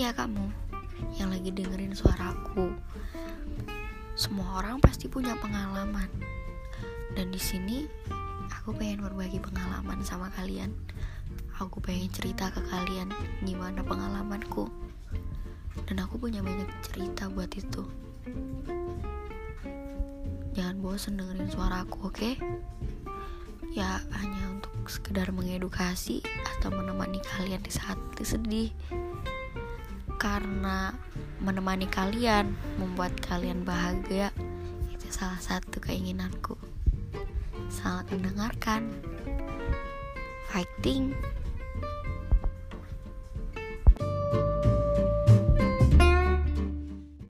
ya kamu yang lagi dengerin suaraku. Semua orang pasti punya pengalaman. Dan di sini aku pengen berbagi pengalaman sama kalian. Aku pengen cerita ke kalian gimana pengalamanku. Dan aku punya banyak cerita buat itu. Jangan bosan dengerin suaraku, oke? Ya hanya untuk sekedar mengedukasi atau menemani kalian di saat sedih. Karena menemani kalian, membuat kalian bahagia, itu salah satu keinginanku. Selamat mendengarkan. Fighting.